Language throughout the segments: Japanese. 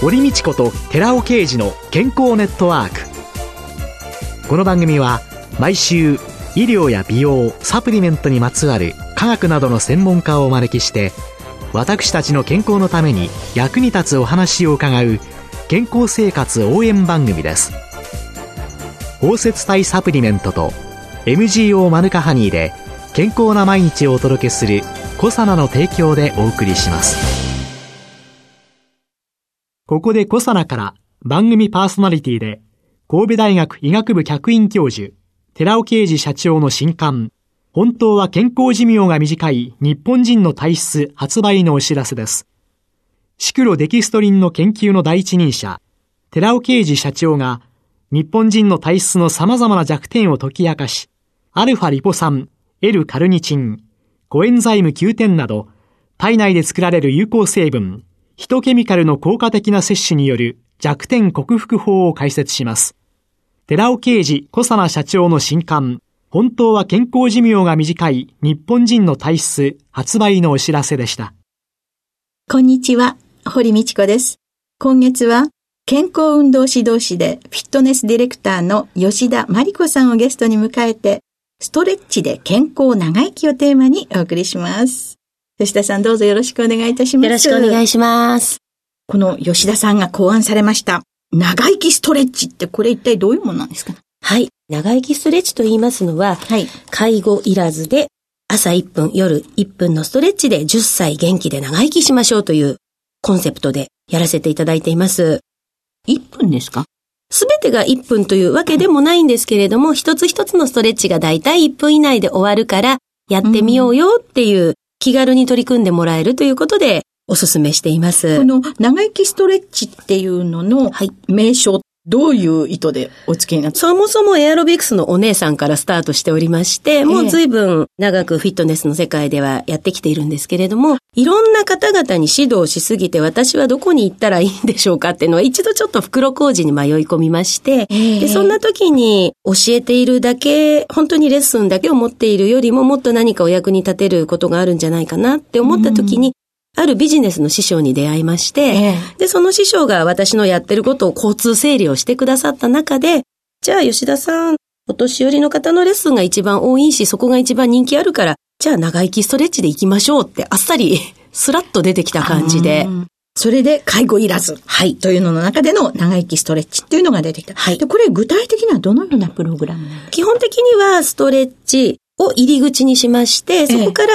堀道子と寺尾啓二の健康ネットワーク。この番組は毎週医療や美容、サプリメントにまつわる科学などの専門家をお招きして、私たちの健康のために役に立つお話を伺う健康生活応援番組です。包摂体サプリメントと MGO マヌカハニーで健康な毎日をお届けするコサナの提供でお送りします。ここでコサナから番組パーソナリティで神戸大学医学部客員教授寺尾啓二社長の新刊、本当は健康寿命が短い日本人の体質発売のお知らせです。シクロデキストリンの研究の第一人者寺尾啓二社長が日本人の体質の様々な弱点を解き明かし、アルファリポ酸、L カルニチン、コエンザイム Q10 など体内で作られる有効成分ヒトケミカルの効果的な摂取による弱点克服法を解説します。寺尾啓二コサナ社長の新刊、本当は健康寿命が短い日本人の体質発売のお知らせでした。 こんにちは、堀道子です。今月は健康運動指導士でフィットネスディレクターの吉田真理子さんをゲストに迎えて、ストレッチで健康長生きをテーマにお送りします。吉田さん、どうぞよろしくお願いいたします。 よろしくお願いします。 この吉田さんが考案されました長生きストレッチって、これ一体どういうものなんですか？ はい。長生きストレッチと言いますのは、はい、介護いらずで朝1分、夜1分のストレッチで10歳元気で長生きしましょうというコンセプトでやらせていただいています。 1分ですか？ すべてが1分というわけでもないんですけれども、一つ一つのストレッチがだいたい1分以内で終わるからやってみようよっていう気軽に取り組んでもらえるということでお勧めしています。 この長生きストレッチっていうのの名称、どういう意図でお付けになって？ そもそもエアロビクスのお姉さんからスタートしておりまして、もう随分長くフィットネスの世界ではやってきているんですけれども、いろんな方々に指導しすぎて私はどこに行ったらいいんでしょうかっていうのは一度ちょっと袋小路に迷い込みまして、でそんな時に教えているだけ、本当にレッスンだけを持っているよりももっと何かお役に立てることがあるんじゃないかなって思った時に、あるビジネスの師匠に出会いまして、で、その師匠が私のやってることを交通整理をしてくださった中で、じゃあ吉田さん、お年寄りの方のレッスンが一番多いし、そこが一番人気あるから、じゃあ長生きストレッチで行きましょうってあっさりスラッと出てきた感じで。 それで介護いらず、はい、というのの中での長生きストレッチっていうのが出てきた。はい。で、これ具体的にはどのようなプログラムなんですか？ 基本的にはストレッチを入り口にしまして、そこから、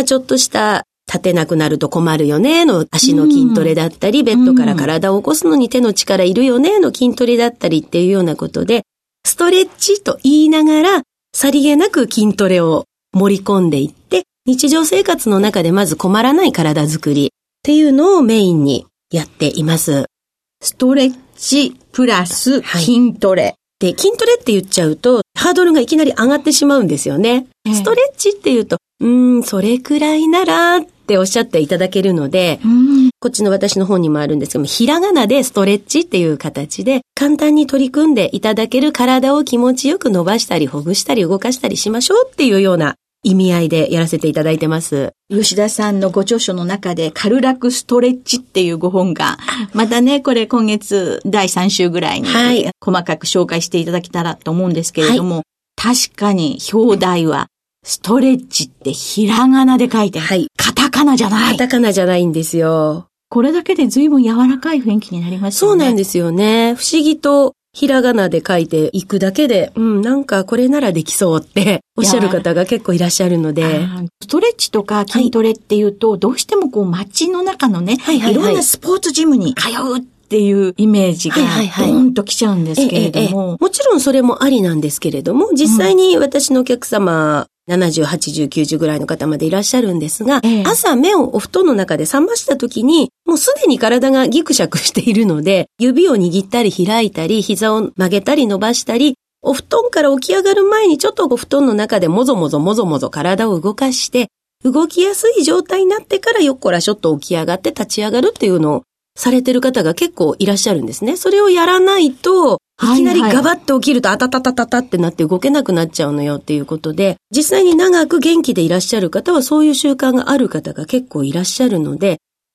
ちょっとした立てなくなると困るよねの足の筋トレだったり、ベッドから体を起こすのに手の力いるよねの筋トレだったりっていうようなことで、ストレッチと言いながらさりげなく筋トレを盛り込んでいって、日常生活の中でまず困らない体作りっていうのをメインにやっています。 ストレッチプラス筋トレ。 で、筋トレって言っちゃうとハードルがいきなり上がってしまうんですよね。ストレッチって言うと、それくらいならっておっしゃっていただけるので、こっちの私の本にもあるんですけども、ひらがなでストレッチっていう形で簡単に取り組んでいただける体を気持ちよく伸ばしたりほぐしたり動かしたりしましょうっていうような意味合いでやらせていただいてます。 吉田さんのご著書の中でカルラクストレッチっていうご本が、またね、これ今月第3週ぐらいに細かく紹介していただけたらと思うんですけれども、確かに表題はストレッチってひらがなで書いてある。カタカナじゃない。 カタカナじゃないんですよ。 これだけで随分柔らかい雰囲気になりますよね。 そうなんですよね。不思議とひらがなで書いていくだけで、なんかこれならできそうっておっしゃる方が結構いらっしゃるので。 ストレッチとか筋トレっていうと、どうしてもこう街の中のね、いろんなスポーツジムに通うっていうイメージがドーンと来ちゃうんですけれども。 もちろんそれもありなんですけれども、実際に私のお客様、70、80、90ぐらいの方までいらっしゃるんですが、朝目をお布団の中で覚ました時に、もうすでに体がギクシャクしているので、指を握ったり開いたり、膝を曲げたり伸ばしたり、お布団から起き上がる前にちょっとお布団の中でもぞもぞ体を動かして、動きやすい状態になってからよっこらしょっと起き上がって立ち上がるっていうのをされてる方が結構いらっしゃるんですね。それをやらないと、いきなりガバッと起きるとあたたたたたってなって動けなくなっちゃうのよっていうことで、実際に長く元気でいらっしゃる方はそういう習慣がある方が結構いらっしゃるので、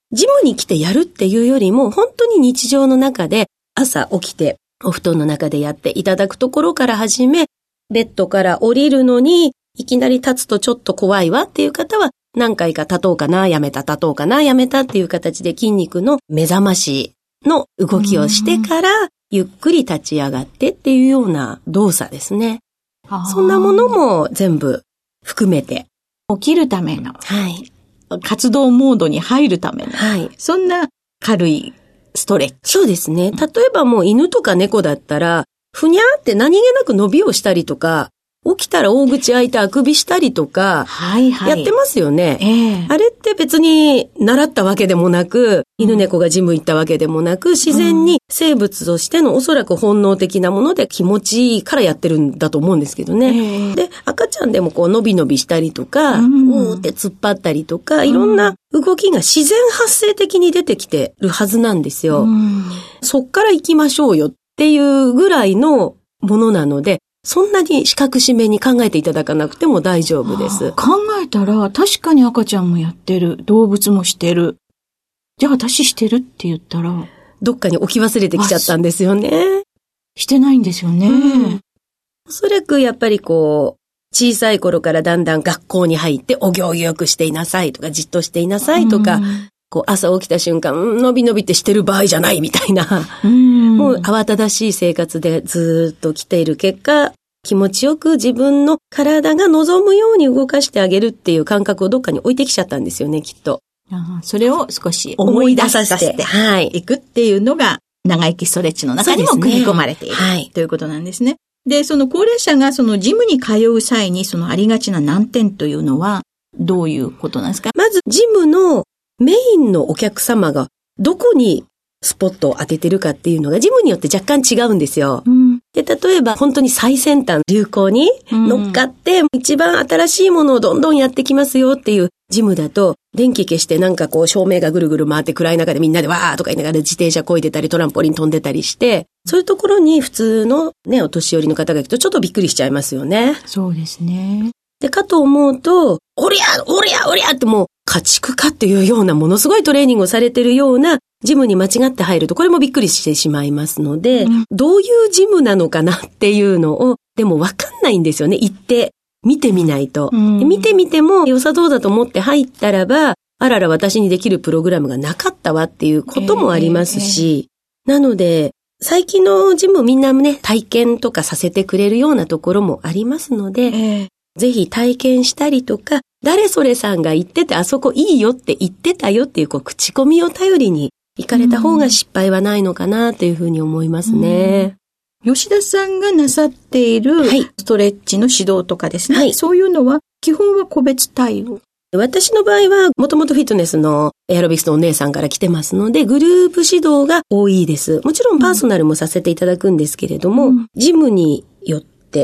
ジムに来てやるっていうよりも、本当に日常の中で朝起きてお布団の中でやっていただくところから始め、ベッドから降りるのにいきなり立つとちょっと怖いわっていう方は、何回か立とうかな、やめた、立とうかな、やめたっていう形で筋肉の目覚ましの動きをしてから、ゆっくり立ち上がってっていうような動作ですね。そんなものも全部含めて。 起きるための。 はい。 活動モードに入るための。 はい。 そんな軽いストレッチ。 そうですね。例えばもう犬とか猫だったら、ふにゃーって何気なく伸びをしたりとか、起きたら大口開いてあくびしたりとか、やってますよね。あれって別に習ったわけでもなく、犬猫がジム行ったわけでもなく、自然に生物としてのおそらく本能的なもので気持ちいいからやってるんだと思うんですけどね。で、赤ちゃんでもこう伸び伸びしたりとか、おーって突っ張ったりとか、いろんな動きが自然発生的に出てきてるはずなんですよ。そっから行きましょうよっていうぐらいのものなので、そんなに四角締めに考えていただかなくても大丈夫です。 考えたら確かに赤ちゃんもやってる。動物もしてる。じゃあ私してるって言ったら。 どっかに置き忘れてきちゃったんですよね。 してないんですよね。 おそらくやっぱりこう、小さい頃からだんだん学校に入ってお行儀よくしていなさいとか、じっとしていなさいとか、こう朝起きた瞬間、のびのびってしてる場合じゃないみたいな。もう慌ただしい生活でずっと来ている結果、気持ちよく自分の体が望むように動かしてあげるっていう感覚をどっかに置いてきちゃったんですよね、きっと。 それを少し思い出させていくっていうのが長生きストレッチの中にも組み込まれている、ということなんですね。で、その高齢者がそのジムに通う際にそのありがちな難点というのはどういうことなんですか？ まずジムのメインのお客様がどこにスポットを当ててるかっていうのがジムによって若干違うんですよ。で、例えば本当に最先端、流行に乗っかって一番新しいものをどんどんやってきますよっていうジムだと、電気消してなんかこう照明がぐるぐる回って暗い中でみんなでわーとか言いながら自転車漕いでたりトランポリン飛んでたりして、そういうところに普通のね、お年寄りの方が行くとちょっとびっくりしちゃいますよね。 そうですね。 で、かと思うと、おりゃってもう家畜化っていうようなものすごいトレーニングをされてるようなジムに間違って入るとこれもびっくりしてしまいますので、どういうジムなのかなっていうのを、でもわかんないんですよね。行って見てみないと。見てみても良さそうだと思って入ったらば、あらら私にできるプログラムがなかったわっていうこともありますし、なので、最近のジムみんなね、体験とかさせてくれるようなところもありますので、ぜひ体験したりとか、誰それさんが言っててあそこいいよって言ってたよっていう口コミを頼りに行かれた方が失敗はないのかなというふうに思いますね。 吉田さんがなさっているストレッチの指導とかですね。そういうのは基本は個別対応。 私の場合はもともとフィットネスのエアロビクスのお姉さんから来てますので、グループ指導が多いです。もちろんパーソナルもさせていただくんですけれども、ジムによって、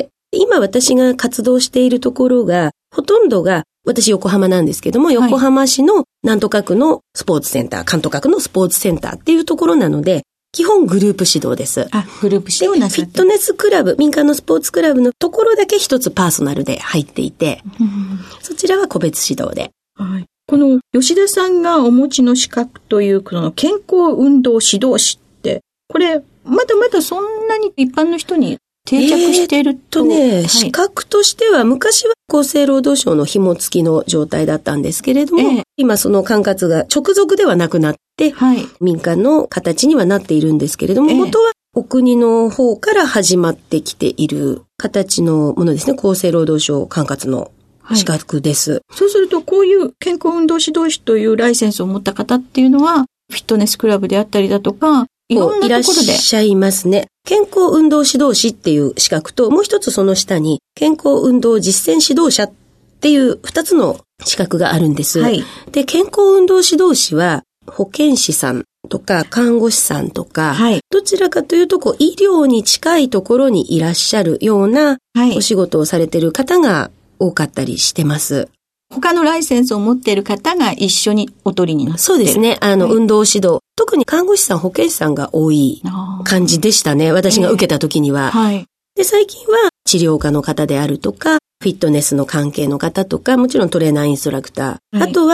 今私が活動しているところが、ほとんどが、私横浜なんですけども、横浜市のなんとか区のスポーツセンター、関東区のスポーツセンターっていうところなので、基本グループ指導です。 グループ指導なさって。 フィットネスクラブ、民間のスポーツクラブのところだけ一つパーソナルで入っていて、そちらは個別指導で。 この吉田さんがお持ちの資格というこの健康運動指導士って、これまだまだそんなに一般の人に定着していると資格としては昔は厚生労働省の紐付きの状態だったんですけれども、今その管轄が直属ではなくなって、民間の形にはなっているんですけれども、元はお国の方から始まってきている形のものですね。厚生労働省管轄の資格です。 そうするとこういう健康運動指導士というライセンスを持った方っていうのはフィットネスクラブであったりだとか、いろんなところでいらっしゃいますね。健康運動指導士っていう資格と、もう一つその下に健康運動実践指導者っていう二つの資格があるんです。で、健康運動指導士は保健師さんとか看護師さんとか、どちらかというと医療に近いところにいらっしゃるようなお仕事をされている方が多かったりしてます。 他のライセンスを持っている方が一緒にお取りになって。 そうですね。運動指導。特に看護師さん、保健師さんが多い感じでしたね。私が受けた時には。で、最近は治療家の方であるとか、フィットネスの関係の方とか、もちろんトレーナーインストラクター。あとは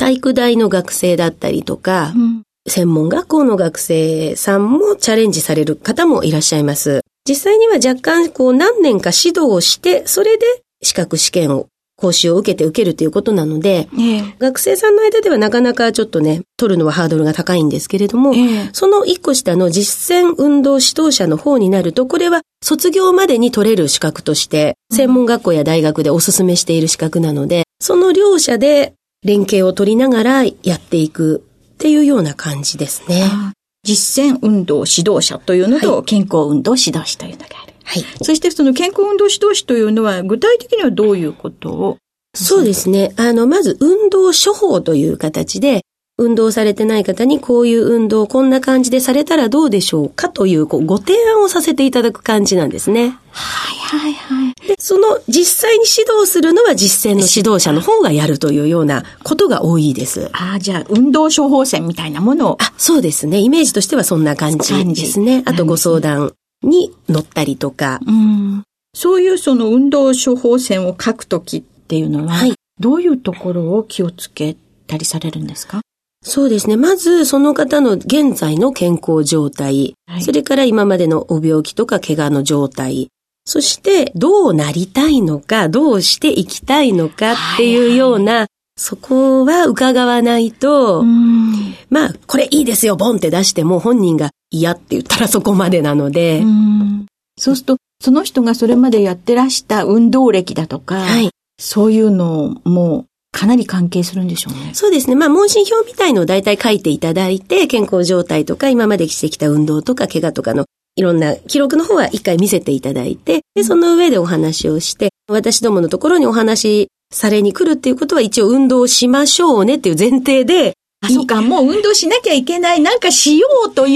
体育大の学生だったりとか、専門学校の学生さんもチャレンジされる方もいらっしゃいます。実際には若干何年か指導をして、それで資格試験を講習を受けるということなので、学生さんの間ではなかなかちょっとね、取るのはハードルが高いんですけれども、その一個下の実践運動指導者の方になると、これは卒業までに取れる資格として、専門学校や大学でお勧めしている資格なので、その両者で連携を取りながらやっていくっていうような感じですね。 実践運動指導者というのと、健康運動指導士というのがある。 はい。 そしてその健康運動指導士というのは具体的にはどういうことを？ そうですね。まず運動処方という形で、運動されてない方にこういう運動をこんな感じでされたらどうでしょうかという、ご提案をさせていただく感じなんですね。で、その実際に指導するのは実践の指導者の方がやるというようなことが多いです。 じゃあ運動処方箋みたいなものを。 そうですね。イメージとしてはそんな感じですね。あとご相談に乗ったりとか。 そういうその運動処方箋を書くときっていうのは、どういうところを気をつけたりされるんですか？ そうですね。まず、その方の現在の健康状態、それから今までのお病気とか怪我の状態、そしてどうなりたいのか、どうしていきたいのかっていうような、そこは伺わないと、まあ、これいいですよ、ボンって出しても本人が嫌って言ったらそこまでなので。 そうすると、その人がそれまでやってらした運動歴だとか、そういうのもかなり関係するんでしょうね。 そうですね。まあ、問診票みたいのを大体書いていただいて、健康状態とか今までしてきた運動とか怪我とかのいろんな記録の方は一回見せていただいて、で、その上でお話をして、私どものところにお話されに来るっていうことは一応運動しましょうねっていう前提で、 そうか、もう運動しなきゃいけない、なんかしようという、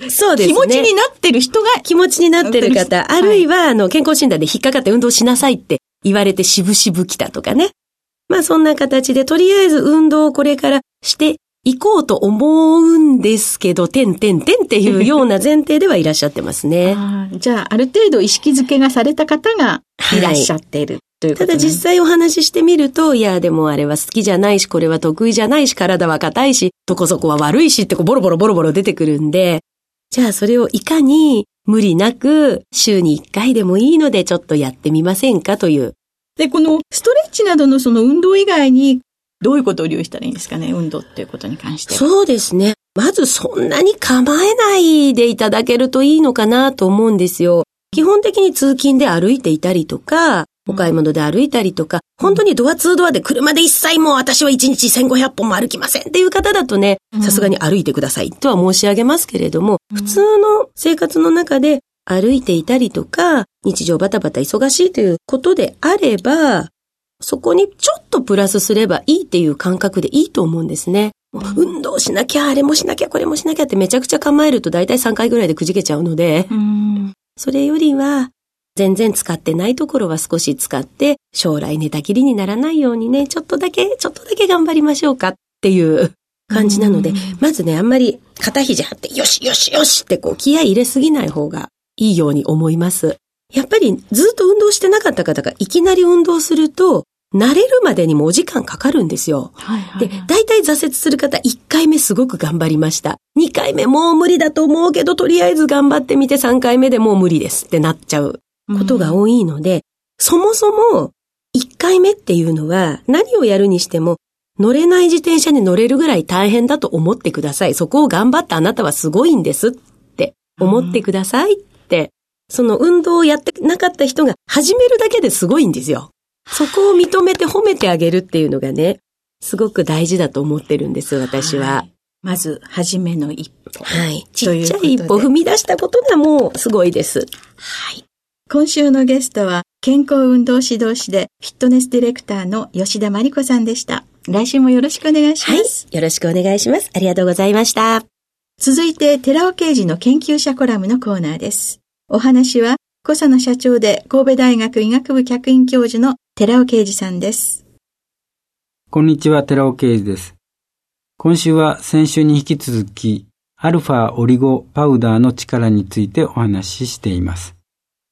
そうですね。 気持ちになってる人が。 気持ちになってる方、あるいは健康診断で引っかかって運動しなさいって言われて渋々来たとかね。まあそんな形で、とりあえず運動をこれからしていこうと思うんですけど、っていうような前提ではいらっしゃってますね。 じゃあ、ある程度意識づけがされた方がいらっしゃっている。 ただ実際お話ししてみると、いやでもあれは好きじゃないし、これは得意じゃないし、体は硬いし、どこそこは悪いしってボロボロ出てくるんで、じゃあそれをいかに無理なく週に1回でもいいのでちょっとやってみませんかという。 で、このストレッチなどのその運動以外にどういうことを利用したらいいんですかね、運動っていうことに関しては。 そうですね。まずそんなに構えないでいただけるといいのかなと思うんですよ。基本的に通勤で歩いていたりとか、お買い物で歩いたりとか、本当にドアツードアで車で一切もう私は1日1500本も歩きませんっていう方だとね、さすがに歩いてくださいとは申し上げますけれども、普通の生活の中で歩いていたりとか、日常バタバタ忙しいということであれば、そこにちょっとプラスすればいいっていう感覚でいいと思うんですね。運動しなきゃ、あれもしなきゃ、これもしなきゃってめちゃくちゃ構えると大体3回ぐらいでくじけちゃうので、それよりは全然使ってないところは少し使って、将来寝たきりにならないようにね、ちょっとだけ頑張りましょうかっていう感じなので、まずね、あんまり肩肘張って、よしって気合い入れすぎない方がいいように思います。やっぱりずっと運動してなかった方がいきなり運動すると、慣れるまでにもお時間かかるんですよ。で、大体挫折する方、1回目すごく頑張りました。2回目もう無理だと思うけど、とりあえず頑張ってみて3回目でもう無理ですってなっちゃうことが多いので、そもそも1回目っていうのは何をやるにしても乗れない自転車に乗れるぐらい大変だと思ってください。そこを頑張ったあなたはすごいんですって思ってくださいって、その運動をやってなかった人が始めるだけですごいんですよ。そこを認めて褒めてあげるっていうのがね、すごく大事だと思ってるんです、私は。 まず、初めの一歩。 ちっちゃい一歩踏み出したことがもうすごいです。 今週のゲストは、健康運動指導士でフィットネスディレクターの吉田真理子さんでした。来週もよろしくお願いします。 よろしくお願いします。ありがとうございました。 続いて、寺尾啓二の研究者コラムのコーナーです。お話は、小佐野社長で神戸大学医学部客員教授の寺尾啓二さんです。 こんにちは、寺尾啓二です。今週は先週に引き続き、アルファオリゴパウダーの力についてお話ししています。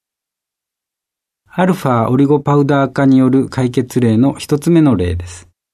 アルファオリゴパウダー化による解決例の一つ目の例です。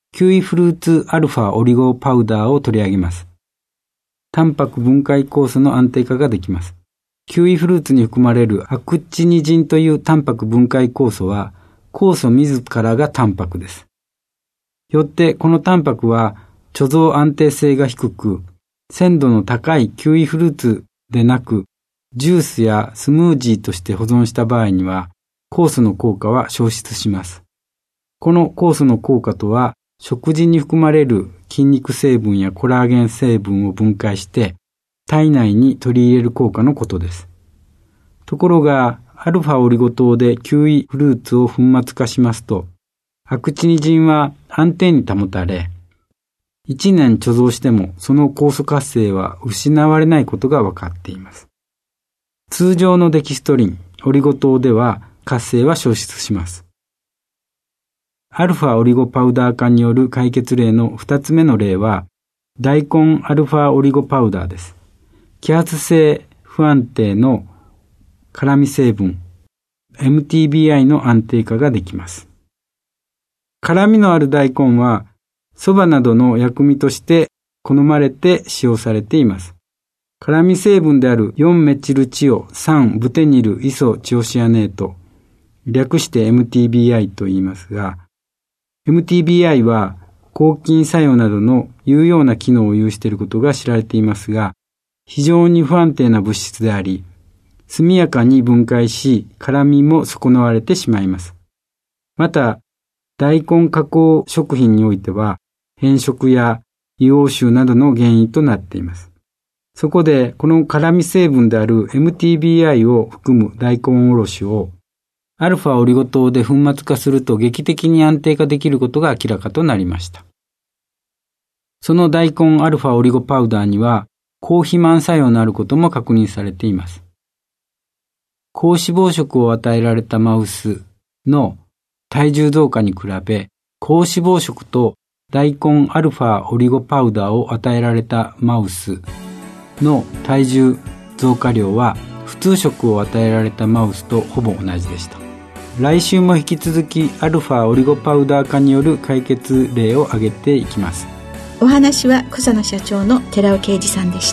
キウイフルーツアルファオリゴパウダーを取り上げます。タンパク分解酵素の安定化ができます。キウイフルーツに含まれるアクチニジンというタンパク分解酵素は、酵素自らがタンパクです。よってこのタンパクは貯蔵安定性が低く、鮮度の高いキウイフルーツでなく、ジュースやスムージーとして保存した場合には、酵素の効果は消失します。この酵素の効果とは、食事に含まれる筋肉成分やコラーゲン成分を分解して体内に取り入れる効果のことです。ところが、アルファオリゴ糖でキウイフルーツを粉末化しますと、アクチニジンは安定に保たれ、1年貯蔵してもその酵素活性は失われないことが分かっています。通常のデキストリン、オリゴ糖では活性は消失します。アルファオリゴパウダー化による解決例の2つ目の例は、大根アルファオリゴパウダーです。揮発性不安定の辛味成分、MTBI の安定化ができます。辛味のある大根は、蕎麦などの薬味として好まれて使用されています。辛味成分である4メチルチオ3ブテニルイソチオシアネート、略して MTBI と言いますが、MTBI は抗菌作用などの有用な機能を有していることが知られていますが、非常に不安定な物質であり、速やかに分解し、辛みも損なわれてしまいます。また、大根加工食品においては、変色や硫黄臭などの原因となっています。そこで、この辛み成分である MTBI を含む大根おろしを、アルファオリゴ糖で粉末化すると劇的に安定化できることが明らかとなりました。その大根アルファオリゴパウダーには、高肥満作用のあることも確認されています。高脂肪食を与えられたマウスの体重増加に比べ、高脂肪食と大根アルファオリゴパウダーを与えられたマウスの体重増加量は普通食を与えられたマウスとほぼ同じでした。来週も引き続きアルファオリゴパウダー化による解決例を挙げていきます。 お話は小佐野社長の寺尾啓二さんでした。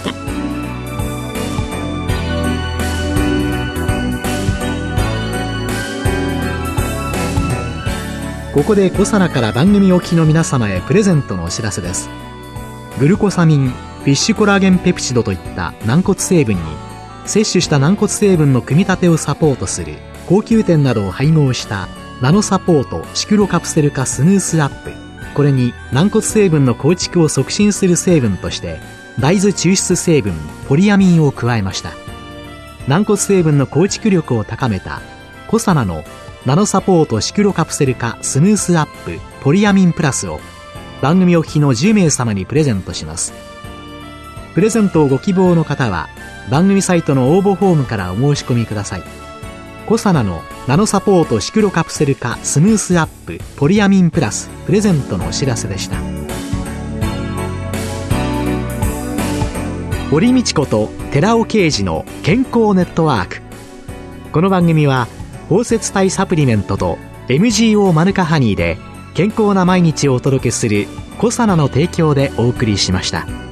ここで小佐野から番組お聞きの皆様へプレゼントのお知らせです。グルコサミン、フィッシュコラーゲンペプチドといった軟骨成分に摂取した軟骨成分の組み立てをサポートする高級店などを配合したナノサポートシクロカプセル化スムースアップ、これに軟骨成分の構築を促進する成分として大豆抽出成分ポリアミンを加えました。軟骨成分の構築力を高めたコサナのナノサポートシクロカプセル化スムースアップポリアミンプラスを番組お聞きの10名様にプレゼントします。プレゼントをご希望の方は番組サイトの応募フォームからお申し込みください。コサナのナノサポートシクロカプセル化スムースアップポリアミンプラスプレゼントのお知らせでした。堀道子と寺尾啓二の健康ネットワーク。この番組は包摂体サプリメントと MGO マヌカハニーで健康な毎日をお届けするコサナの提供でお送りしました。